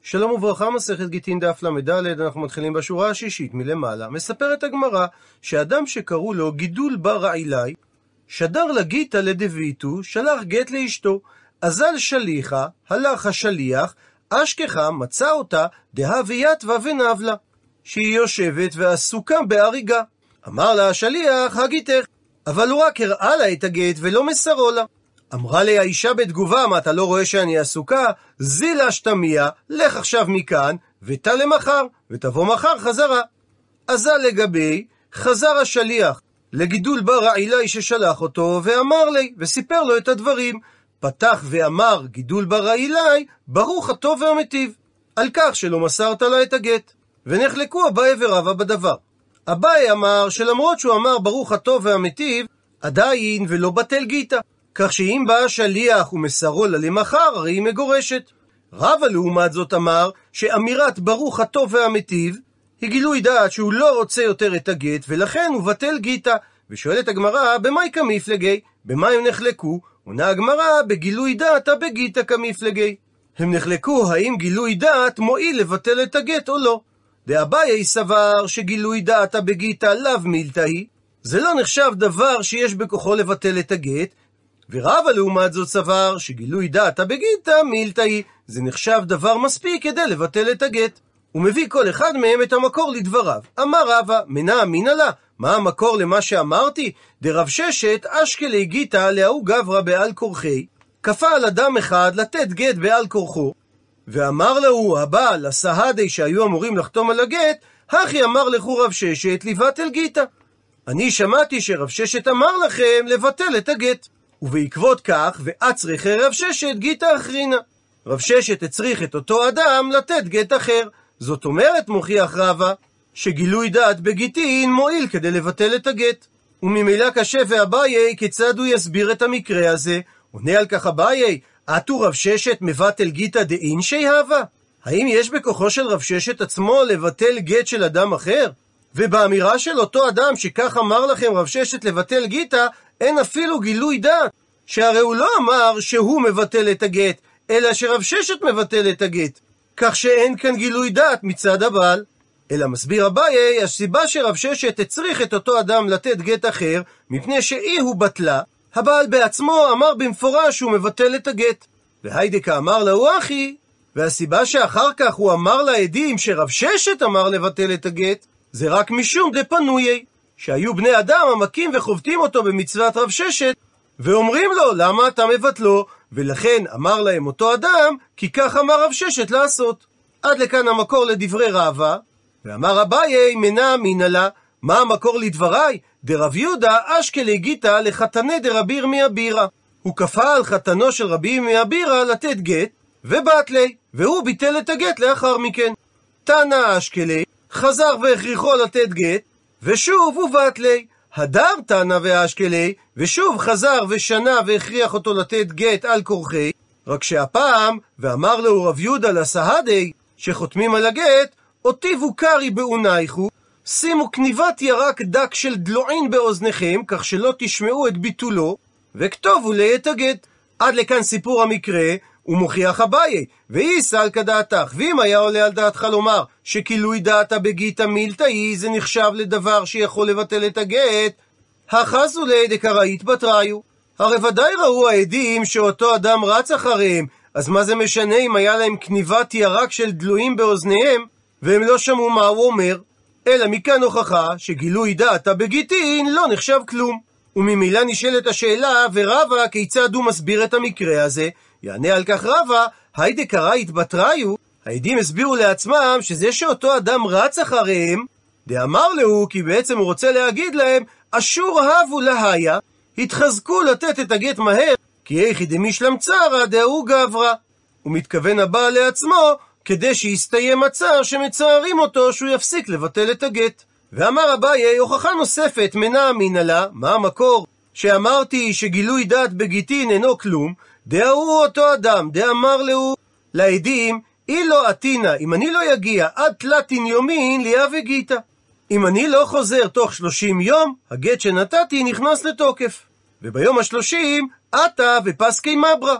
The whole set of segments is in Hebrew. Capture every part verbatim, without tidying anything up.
שלום וברכה, מסכת גיטין דף למד, אנחנו מתחילים בשורה השישית מלמעלה. מספרת הגמרא שאדם שקראו לו גידול בר רעילי, שדר לגיטה לדביתו, שלח גט לאשתו, אזל שליחה, הלך השליח, אשכחה מצא אותה, דהוויתווה ונבלה, שהיא יושבת ועסוקה בהריגה. אמר לה השליח, הגיתך, אבל הוא רק הראה לה את הגט ולא מסרו לה. אמרה לי האישה בתגובה, מה אתה לא רואה שאני עסוקה? זילה שתמיה, לך עכשיו מכאן, ותא למחר, ותבוא מחר חזרה. אזל לגבי, חזר השליח לגידול בר רעילי ששלח אותו, ואמר לי, וסיפר לו את הדברים. פתח ואמר גידול בר רעילי, ברוך הטוב והמטיב, על כך שלא מסרת לה את הגט. ונחלקו אביי ורבא בדבר. אביי אמר שלמרות שהוא אמר ברוך הטוב והמטיב, עדיין ולא בטל גיטה, כך שאם בא השליח ומסרו לה למחר, הרי היא מגורשת. רבא לעומת זאת אמר שאמירת ברוך הטוב והמטיב היא גילוי דעת שהוא לא רוצה יותר את הגט, ולכן הוא בטל גיטה. ושואלת הגמרא, במאי כמפלגי? במה הם נחלקו? עונה הגמרא, בגילוי דעתה בגיטה כמפלגי. הם נחלקו האם גילוי דעת מועיל לבטל את הגט או לא. דאביי סבר שגילוי דעתה בגיטה לאו מילתא היא, זה לא נחשב דבר שיש בכוחו לבטל את הגט, ורבא לעומת זאת סבר שגילוי דעתה בגיטה מילתא היא, זה נחשב דבר מספיק כדי לבטל את הגט. הוא מביא כל אחד מהם את המקור לדבריו. אמר רבא, מנע אמינא לה, מה המקור למה שאמרתי? דרב ששת אשקלי גיטה להוא גברא בעל כורחי, כפה על אדם אחד לתת גט בעל כורחו, ואמר לו הבעל הסהדי שהיו אמורים לחתום על הגט, הכי אמר לכו רב ששת לבטל גיטה. אני שמעתי שרב ששת אמר לכם לבטל את הגט, ובעקבות כך ועצריך רב ששת גיטה אחרינה, רב ששת הצריך את אותו אדם לתת גט אחר. זאת אומרת, מוכיח רבא, שגילוי דעת בגיטין מועיל כדי לבטל את הגט. וממילא קשה ואביי, כיצד הוא יסביר את המקרה הזה? עונה על כך אביי, עתו רב ששת מבטל גיטה דאינשי הווה? האם יש בכוחו של רב ששת עצמו לבטל גט של אדם אחר? ובאמירה של אותו אדם שכך אמר לכם רב ששת לבטל גיטה, אין אפילו גילוי דעת, שהרי הוא לא אמר שהוא מבטל את הגט, אלא שרב ששת מבטל את הגט, כך שאין כאן גילוי דעת מצד הבעל. אלא מסביר אביי, הסיבה שרב ששת הצריך את אותו אדם לתת גט אחר, מפני שאי הוא בטלה, הבעל בעצמו אמר במפורש שהוא מבטל את הגט. והיידקה אמר לה הוא אחי, והסיבה שאחר כך הוא אמר לעדים שרב ששת אמר לבטל את הגט, זה רק משום דפנויי, שהיו בני אדם המכים וחובטים אותו במצוות רב ששת, ואומרים לו למה אתה מבטלו, ולכן אמר להם אותו אדם, כי כך אמר רב ששת לעשות. עד לכאן המקור לדברי רבא. ואמר אביי, מנע אמינא לה, מה המקור לדבריי? דרב יהודה אשקלי גיטה לחתני דרבי ירמיה בירא, הוא כפה על חתנו של רבי ירמיה בירא לתת גט, ובטלי, והוא ביטל את הגט לאחר מכן. תנא אשקלי חזר והכריחו לתת גט, ושוב הוא בטלי. הדר תנא ואשקלי, ושוב חזר ושנה והכריח אותו לתת גט על כורחי, רק שהפעם, ואמר לו רב יהודה לסהדי שחותמים על הגט, אותיבו קרי באונייכו, שימו כניבת ירק דק של דלועין באוזניכם, כך שלא תשמעו את ביטולו, וכתובו לי את הגט. עד לכאן סיפור המקרה, ומוכיח אביי, ואיסא על כדעתך, ואם היה עולה על דעתך לומר שגילוי דעתה בגיטה מילתא היא, זה נחשב לדבר שיכול לבטל את הגט, החזו לי דקראית בתראיו, הרי ודאי ראו העדים שאותו אדם רץ אחריהם, אז מה זה משנה אם היה להם כניבת ירק של דלויים באוזניהם והם לא שמעו מה הוא אומר? אלא מכאן הוכחה שגילוי דעתה בגיטין לא נחשב כלום. וממילא נשאלת השאלה, ורבא כיצד הוא מסביר את המקרה הזה? יענה על כך רבא, היידה קראית בתראיו, העדים הסבירו לעצמם שזה שאותו אדם רץ אחריהם, דאמר לו, כי בעצם הוא רוצה להגיד להם, אשור הבו להיה, התחזקו לתת את הגט מהר, כי איכי דמישלם צרה דהוא גברא. הוא מתכוון הבעל לעצמו, כדי שיסתיים הצער שמצערים אותו שהוא יפסיק לבטל את הגט. ואמר אביי, הוכחה נוספת מנע אמינא לה, מה המקור? שאמרתי שגילוי דעת בגיטין אינו כלום, דהוא אותו אדם, דאמר לו לעדים, אי לא עתינה, אם אני לא יגיע עד תלתין יומין ליה וגיטה. אם אני לא חוזר תוך שלושים יום, הגט שנתתי נכנס לתוקף. וביום השלושים, עתה ופסקי מברה.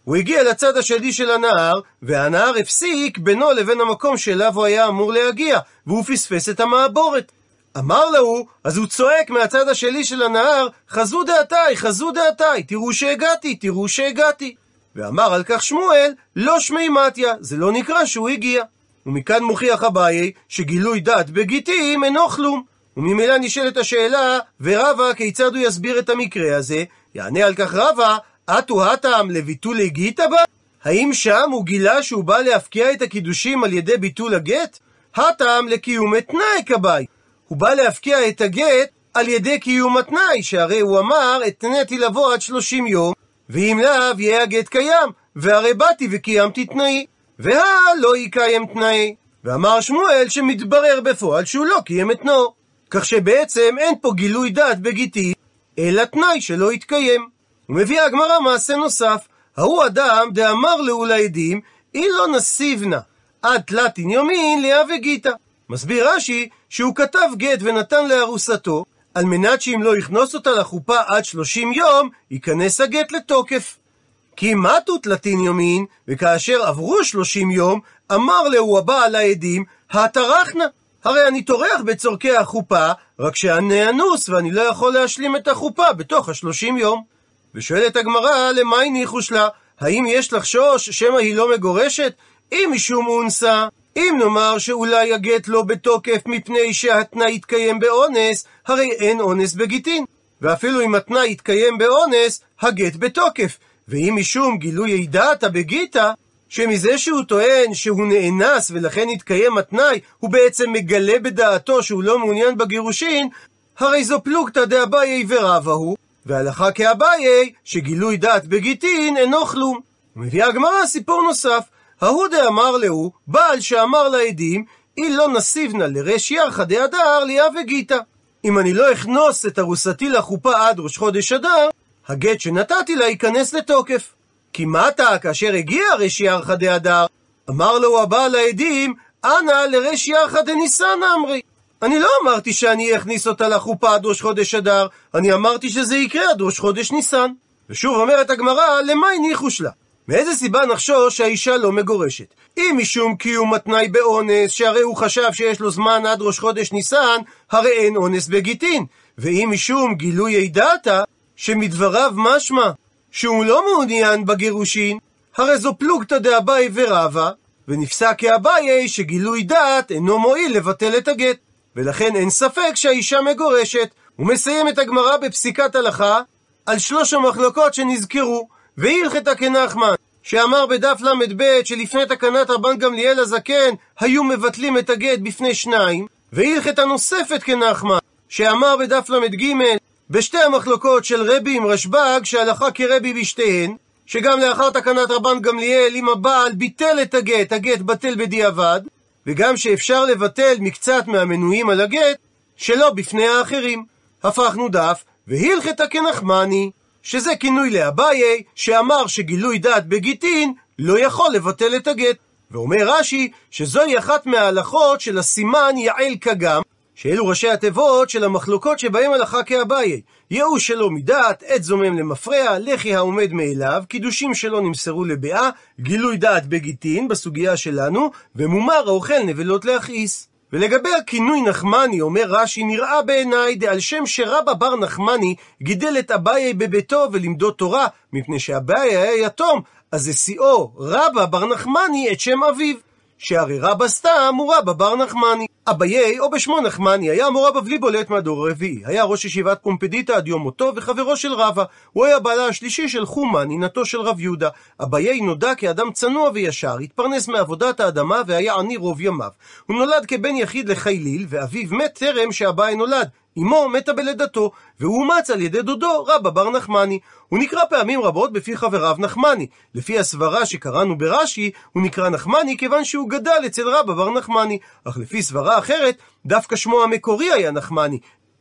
הוא הגיע לצד השני של הנהר, והנהר הפסיק בינו לבין המקום שאליו הוא היה אמור להגיע, והוא פספס את המעבורת. אמר לו, אז הוא צועק מהצד השני של הנהר, חזו דעתיי, חזו דעתיי, תראו שהגעתי, תראו שהגעתי. ואמר על כך שמואל, לא שמי מתיה, זה לא נקרא שהוא הגיע. ומכאן מוכיח אביי שגילוי דעת בגיטין אינו כלום. וממילא נשאלת השאלה, ורבא כיצד הוא יסביר את המקרה הזה? יענה על כך רבא, אתו הטעם לביטול הגיטה בה? האם שם הוא גילה שהוא בא להפקיע את הקידושים על ידי ביטול הגט? הטעם לקיום התנאי כבאי. הוא בא להפקיע את הגט על ידי קיום התנאי, שהרי הוא אמר, התניתי לבוא עד שלושים יום, ואם לאו יהיה הגט קיים, והרי באתי וקיימתי תנאי, והא לא יקיים תנאי. ואמר שמואל שמתברר בפועל שהוא לא קיים את תנאו, כך שבעצם אין פה גילוי דעת בגיטין, אלא תנאי שלא יתקיים. ומביא הגמרא מעשה נוסף, ההוא אדם דאמר לו לעדים, אי לא נסיבנה, עד תלתין יומין לאה וגיטה. מסביר רש"י שהוא כתב גט ונתן לארוסתו, על מנת שאם לא יכנוס אותה לחופה עד שלושים יום, ייכנס הגט לתוקף. כי מתו תלתין יומין, וכאשר עברו שלושים יום, אמר לו הבעל העדים, התרחנה. הרי אני טורח בצורכי החופה, רק שאני אנוס ואני לא יכול להשלים את החופה בתוך השלושים יום. ושואלת הגמרא, למה הניחוש לה? האם יש לחשוש שמא היא לא מגורשת? אם משום אונסה, אם נאמר שאולי הגט לא בתוקף מפני שהתנאי יתקיים באונס, הרי אין אונס בגיטין. ואפילו אם התנאי יתקיים באונס, הגט בתוקף. ואם משום גילוי דעתה בגיטה, שמזה שהוא טוען שהוא נאנס ולכן יתקיים התנאי, הוא בעצם מגלה בדעתו שהוא לא מעוניין בגירושין, הרי זו פלוגתא דאביי ורבא הוא, והלכה כאביי שגילוי דעת בגיטין אינו כלום. ומביאה הגמרא סיפור נוסף, ההוא דאמר לו, בעל שאמר לעדים, אי לא נסיבנה לרש ירחא דאדר לאה וגיטה. אם אני לא אכנוס את ארוסתי לחופה עד ראש חודש אדר, הגט שנתתי לה ייכנס לתוקף. כי מתה כאשר הגיע רש ירחא דאדר, אמר לו הבעל העדים, אנא לרש ירחא דניסן אמרי. אני לא אמרתי שאני אכניס אותה לחופה עד ראש חודש אדר, אני אמרתי שזה יקרה עד ראש חודש ניסן. ושוב אומרת הגמרא, למה הניחוש לה? מאיזה סיבה נחשוש שהאישה לא מגורשת? אם משום קיום התנאי באונס, שהרי הוא חשב שיש לו זמן עד ראש חודש ניסן, הרי אין אונס בגיטין. ואם משום גילוי דעתה, שמדבריו משמע שהוא לא מעוניין בגירושין, הרי זו פלוגתא דאביי ורבא, ונפסק כאביי שגילוי דעת אינו מועיל לבטל את הגט, ולכן אין ספק שהאישה מגורשת. הוא מסיים את הגמרא בפסיקת הלכה על שלוש המחלוקות שנזכרו, והלכתא כנחמן, שאמר בדף למד ב' שלפני תקנת רבן גמליאל הזקן היו מבטלים את הגט בפני שניים, והלכתא נוספת כנחמן, שאמר בדף למד ג' בשתי המחלוקות של רבי עם רשב"ג שהלכה כרבי בשתיהן, שגם לאחר תקנת רבן גמליאל אם הבעל ביטל את הגט, הגט בטל בדיעבד, וגם שאפשר לבטל מקצת מהמנויים על הגט שלא בפני האחרים. הפכנו דף, והלכתא כנחמני, שזה כינוי לאביי שאמר שגילוי דעת בגיטין לא יכול לבטל את הגט. ואומר רש"י שזוהי אחת מההלכות של הסימן יעל כגם, שאלו ראשי התיבות של המחלוקות שבהם הלכה כאביי. ייאוש שלא מדעת, עת זומם למפרע, לחי העומד מאליו, קידושים שלא נמסרו לבאה, גילוי דעת בגיטין בסוגיה שלנו, ומומר האוכל נבלות להכעיס. ולגבי הכינוי נחמני אומר רש"י, נראה בעיניי דעל שם שרבא בר נחמני גידל את אביי בביתו ולמדו תורה, מפני שאביי היה יתום, אז השיאו רבא בר נחמני את שם אביו, שהרי רבא סתם הוא רבא בר נחמני. אביי או בשמו נחמני היה מורה בבלי בולט מהדור הרביעי, היה ראש ישיבת פומפדיתא עד יום מותו וחברו של רבא. הוא היה בעלה השלישי של חומה, נינתו של רב יהודה. אביי נודע כאדם צנוע וישר, התפרנס מעבודת האדמה והיה עני רוב ימיו. הוא נולד כבן יחיד לחייליל, ואביו מת טרם שאביי נולד. אמו מתה בלידתו, והוא אומץ על ידי דודו רבא בר נחמני. הוא נקרא פעמים רבות בפי חבריו נחמני. לפי הסברה שקראנו ברש"י, הוא נקרא נחמני כיוון שהוא גדל אצל רבא בר נחמני, אך לפי סברה אחרת, דווקא שמו המקורי היה נחמני,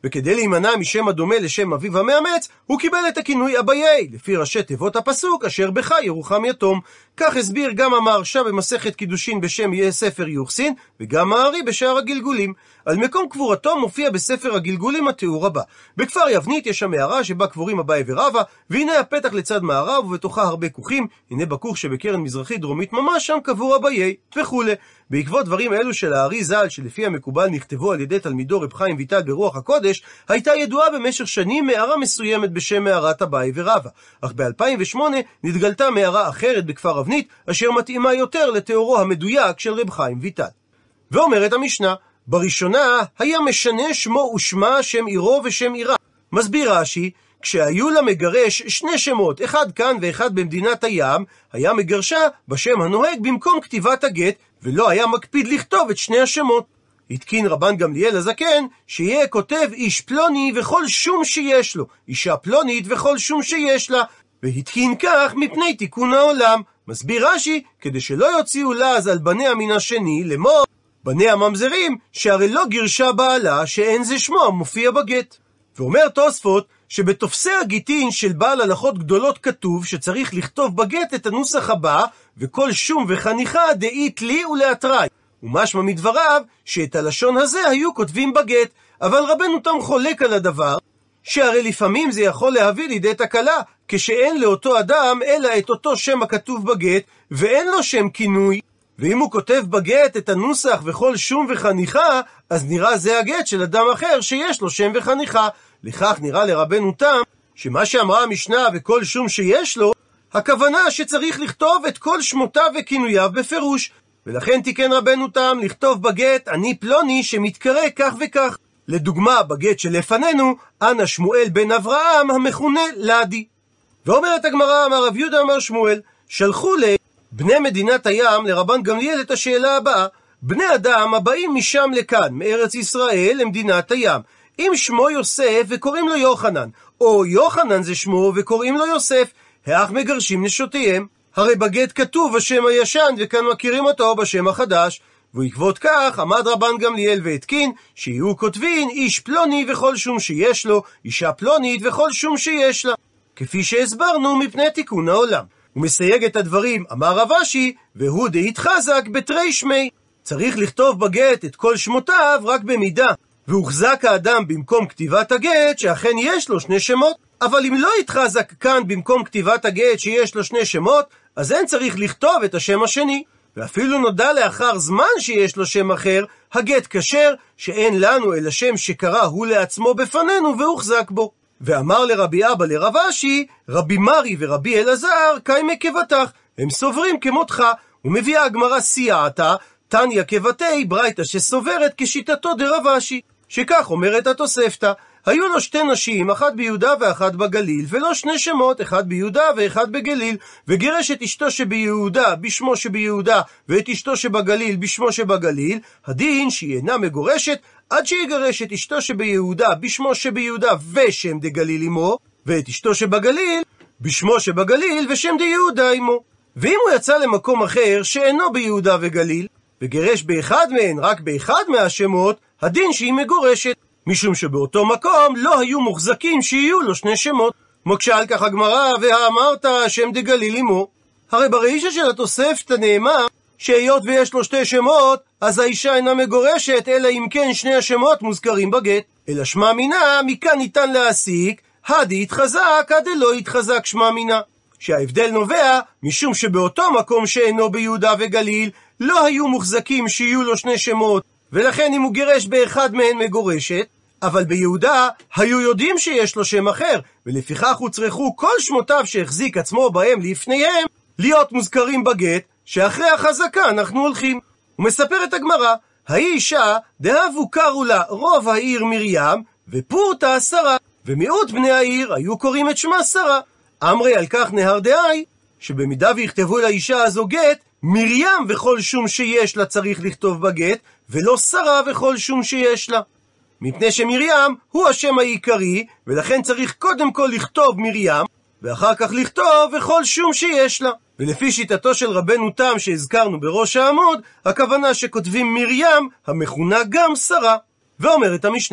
וכדי להימנע משם הדומה לשם אביו המאמץ, הוא קיבל את הכינוי אביי, לפי ראשי תיבות הפסוק, אשר בך ירוחם יתום. כך הסביר גם המהרש"א במסכת קידושין בשם ספר יוחסין, וגם הארי בשער הגלגולים. על מקום קבורתו מופיע בספר הגלגולים התיאור הבא: בכפר יבנית יש שם מערה שבה קבורים אביי ורבא, והנה הפתח לצד מערב ובתוכה הרבה כוכים, הנה בכוך שבקרן מזרחית דרומית ממש שם קבור אביי וכו'. בעקבות דברים אלו של הארי ז"ל, שלפי המקובל נכתבו על ידי תלמידו רב חיים ויטל ברוח הקודש, הייתה ידועה במשך שנים מערה מסוימת בשם מערת אביי ורבא, אך ב-אלפיים ושמונה נתגלתה מערה אחרת בכפר אבנית, אשר מתאימה יותר לתיאורו המדויק של רב חיים ויטל. ואומרת המשנה, בראשונה היה משנה שמו ושמה, שם עירו ושם עירה. מסביר רש"י, כשהיו למגרש שני שמות, אחד כאן ואחד במדינת הים, היה מגרשה בשם הנוהג במקום כתיבת הגט, ולא היה מקפיד לכתוב את שני השמות. התקין רבן גמליאל הזקן שיהיה כותב איש פלוני וכל שום שיש לו, אישה פלונית וכל שום שיש לה, והתקין כך מפני תיקון העולם. מסביר רש"י, כדי שלא יוציאו לעז על בניה מן השני, לאמור בניה ממזרים, שהרי לא גירשה בעלה שאין זה שמו המופיע בגט. ואומר תוספות שבתופסי הגיטין של בעל הלכות גדולות כתוב שצריך לכתוב בגט את הנוסח הבא: וכל שום וחניכה דאית לי ולאתראי. ומשמע מדבריו שאת הלשון הזה היו כותבים בגט, אבל רבנו תם חולק על הדבר, שהרי לפעמים זה יכול להביא לידי תקלה, כשאין לאותו אדם אלא את אותו שם הכתוב בגט ואין לו שם כינוי, ואם הוא כותב בגט את הנוסח וכל שום וחניכה, אז נראה זה הגט של אדם אחר שיש לו שם וחניכה. לכך נראה לרבנו תם שמה שאמרה המשנה וכל שום שיש לו, הכוונה שצריך לכתוב את כל שמותיו וכינוייו בפירוש, ולכן תיקן רבנו תם לכתוב בגט אני פלוני שמתקרא כך וכך. לדוגמה בגט שלפנינו, אנא שמואל בן אברהם המכונה לדי. ואומרת הגמרא, אמר רב יהודה אמר שמואל, שלחו לבני מדינת הים לרבן גמליאל את השאלה הבאה: בני אדם הבאים משם לכאן, מארץ ישראל למדינת הים, אם שמו יוסף וקוראים לו יוחנן, או יוחנן זה שמו וקוראים לו יוסף, האח מגרשים נשותיהם? הרי בגט כתוב השם הישן וכאן מכירים אותו בשם החדש. ובעקבות כך עמד רבן גמליאל והתקין שיהיו כותבין איש פלוני וכל שום שיש לו, אישה פלונית וכל שום שיש לה, כפי שהסברנו מפני תיקון העולם. הוא מסייג את הדברים, אמר רב אשי, והוא דהתחזק בתרי שמי. צריך לכתוב בגט את כל שמותיו רק במידה והוחזק האדם במקום כתיבת הגט שאכן יש לו שני שמות, אבל אם לא התחזק כאן במקום כתיבת הגט שיש לו שני שמות, אז אין צריך לכתוב את השם השני. ואפילו נודע לאחר זמן שיש לו שם אחר, הגט כשר, שאין לנו אלא שם שקרא הוא לעצמו בפנינו והוחזק בו. ואמר לרבי אבא לרב אשי, רבי מרי ורבי אלעזר קיימי כבתך, הם סוברים כמותך. ומביאה הגמרא סייעתא תניא כבתי, ברייתא שסוברת כשיטתו דרב אשי, שכך אומרת התוספתא: היו לו שתי נשים, אחת ביהודה ואחת בגליל, ולא שני שמות, אחד ביהודה ואחד בגליל, וגירש את אשתו שביהודה בשמו שביהודה, ואת אשתו שבגליל בשמו שבגליל. הדין שהיא אינה מגורשת עד שיגרש את אשתו שביהודה בשמו שביהודה ושם דגליל עמו, ואת אשתו שבגליל בשמו שבגליל ושם דיהודה עמו. ואם הוא יצא למקום אחר שאינו ביהודה וגליל, וגירש באחד מהן רק באחד מהשמות, הדין שהיא מגורשת, משום שבאותו מקום לא היו מוחזקים שיהיו לו שני שמות. מקשה על כך הגמרא, והאמרת שם דגליל עמו. הרי ברישא של התוספתא נאמר שהיות ויש לו שתי שמות, אז האישה אינה מגורשת, אלא אם כן שני השמות מוזכרים בגט. אלא שמע מינה, מכאן ניתן להסיק הדי התחזק עד לא התחזק שמע מינה, שההבדל נובע משום שבאותו מקום שאינו ביהודה וגליל לא היו מוחזקים שיהיו לו שני שמות, ולכן אם הוא גירש באחד מהן מגורשת, אבל ביהודה היו יודעים שיש לו שם אחר, ולפיכך הוצרכו כל שמותיו שהחזיק עצמו בהם לפניהם להיות מוזכרים בגט, שאחרי החזקה אנחנו הולכים. הוא מספר את הגמרא, ההיא אישה דהבו קראו לה רוב העיר מרים, ופורתא שרה, ומיעוט בני העיר היו קוראים את שמה שרה. אמרי על כך נהר דהי, שבמידה ויכתבו לאישה הזו גט, מרים וכל שום שיש לה צריך לכתוב בגט, ולא שרה וכל שום שיש לה, מפני שמרים הוא השם העיקרי, ולכן צריך קודם כל לכתוב מרים, ואחר כך לכתוב וכל שום שיש לה. ולפי שיטתו של רבנו תם שהזכרנו בראש העמוד, הכוונה שכותבים מרים המכונה גם שרה. ואומרת המשנה,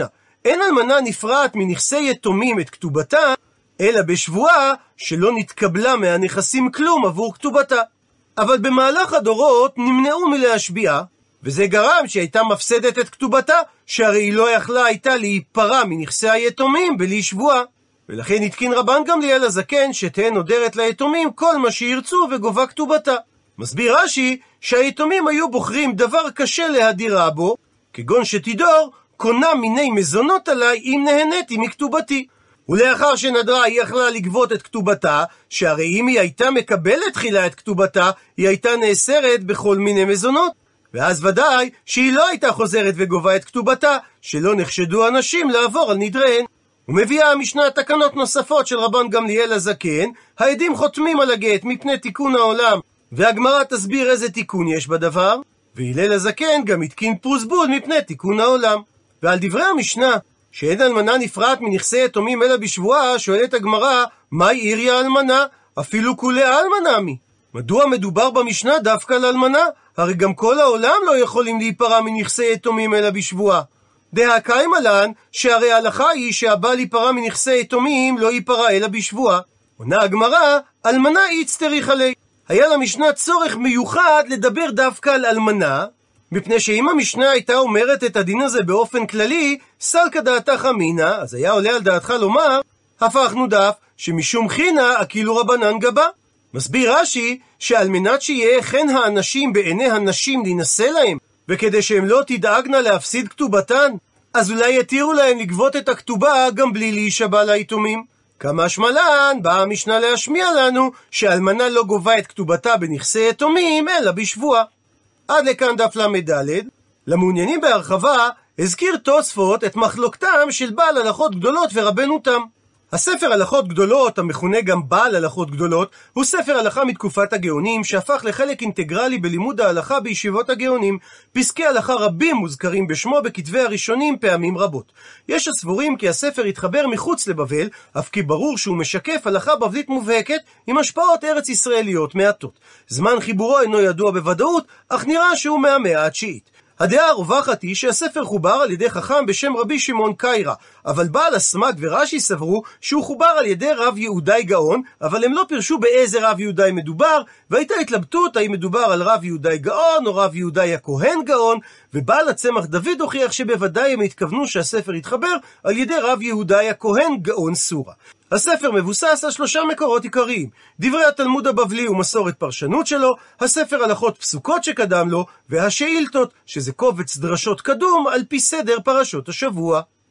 אין אלמנה נפרעת מנכסי יתומים את כתובתה, אלא בשבועה שלא נתקבלה מהנכסים כלום עבור כתובתה. אבל במהלך הדורות נמנעו מלהשביעה, וזה גרם שהייתה מפסדת את כתובתה, שהרי היא לא יכלה הייתה להיפרע מנכסי היתומים בלי שבועה. ולכן התקין רבן גמליאל הזקן שתהא נודרת ליתומים כל מה שירצו וגובה כתובתה. מסביר רש"י שהיתומים היו בוחרים דבר קשה להדירה בו, כגון שתידור קונה מיני מזונות עליי אם נהניתי מכתובתי. ולאחר שנדרה היא יכלה לגבות את כתובתה, שהרי אם היא הייתה מקבלת תחילה את כתובתה, היא הייתה נאסרת בכל מיני מזונות. ואז ודאי שהיא לא הייתה חוזרת וגובה את כתובתה, שלא נחשדו אנשים לעבור על נדריהן. ומביאה המשנה תקנות נוספות של רבן גמליאל הזקן, העדים חותמים על הגט מפני תיקון העולם, והגמרא תסביר איזה תיקון יש בדבר, והלל הזקן גם התקין פרוסבול מפני תיקון העולם. ועל דברי המשנה, שאין אלמנה נפרעת מנכסי יתומים אלא בשבועה, שואלת הגמרא, מהי עיריה אלמנה? אפילו כולי אלמנה מי? מדוע מדובר במשנה דווקא על אלמנה? הרי גם כל העולם לא יכולים להיפרע מנכסי יתומים אלא בשבועה. דהקיים עלן, שהרי ההלכה היא שהבעל ייפרע מנכסי יתומים לא ייפרע אלא בשבועה. עונה הגמרא, אלמנה איצטריך עלי. היה למשנה צורך מיוחד לדבר דווקא על אלמנה, מפני שאם המשנה הייתה אומרת את הדין הזה באופן כללי, סלקא דעתך אמינא, אז היה עולה על דעתך לומר, הפכנו דף שמשום חינה אקילו רבנן גבה. מסביר רש"י שעל מנת שיהיה חן האנשים בעיני הנשים להינשא להם, וכדי שהם לא תדאגנה להפסיד כתובתן, אז אולי יתירו להם לגבות את הכתובה גם בלי להישבע ליתומים. כמה שמלן באה המשנה להשמיע לנו שאלמנה לא גובה את כתובתה בנכסי יתומים אלא בשבועה. עד לכאן דף למד. למעוניינים בהרחבה הזכיר תוספות את מחלוקתם של בעל הלכות גדולות ורבנו תם. הספר הלכות גדולות, המכונה גם בעל הלכות גדולות, הוא ספר הלכה מתקופת הגאונים שהפך לחלק אינטגרלי בלימוד ההלכה בישיבות הגאונים. פסקי הלכה רבים מוזכרים בשמו בכתבי הראשונים פעמים רבות. יש הסבורים כי הספר התחבר מחוץ לבבל, אף כי ברור שהוא משקף הלכה בבלית מובהקת עם השפעות ארץ ישראליות מעטות. זמן חיבורו אינו ידוע בוודאות, אך נראה שהוא מהמאה התשיעית. הדעה הרווחת היא שהספר חובר על ידי חכם בשם רבי שמעון קיירה, אבל בעל הסמ"ג ורש"י סברו שהוא חובר על ידי רב יהודאי גאון, אבל הם לא פירשו באיזה רב יהודאי מדובר, והייתה התלבטות האם מדובר על רב יהודאי גאון או רב יהודאי הכהן גאון, ובעל הצמח דוד הוכיח שבוודאי הם התכוונו שהספר יתחבר על ידי רב יהודאי הכהן גאון סורה. הספר מבוסס על שלושה מקורות עיקריים: דברי התלמוד הבבלי ומסורת פרשנות שלו, הספר הלכות פסוקות שקדם לו, והשאילתות, שזה קובץ דרשות קדום על פי סדר פרשות השבוע.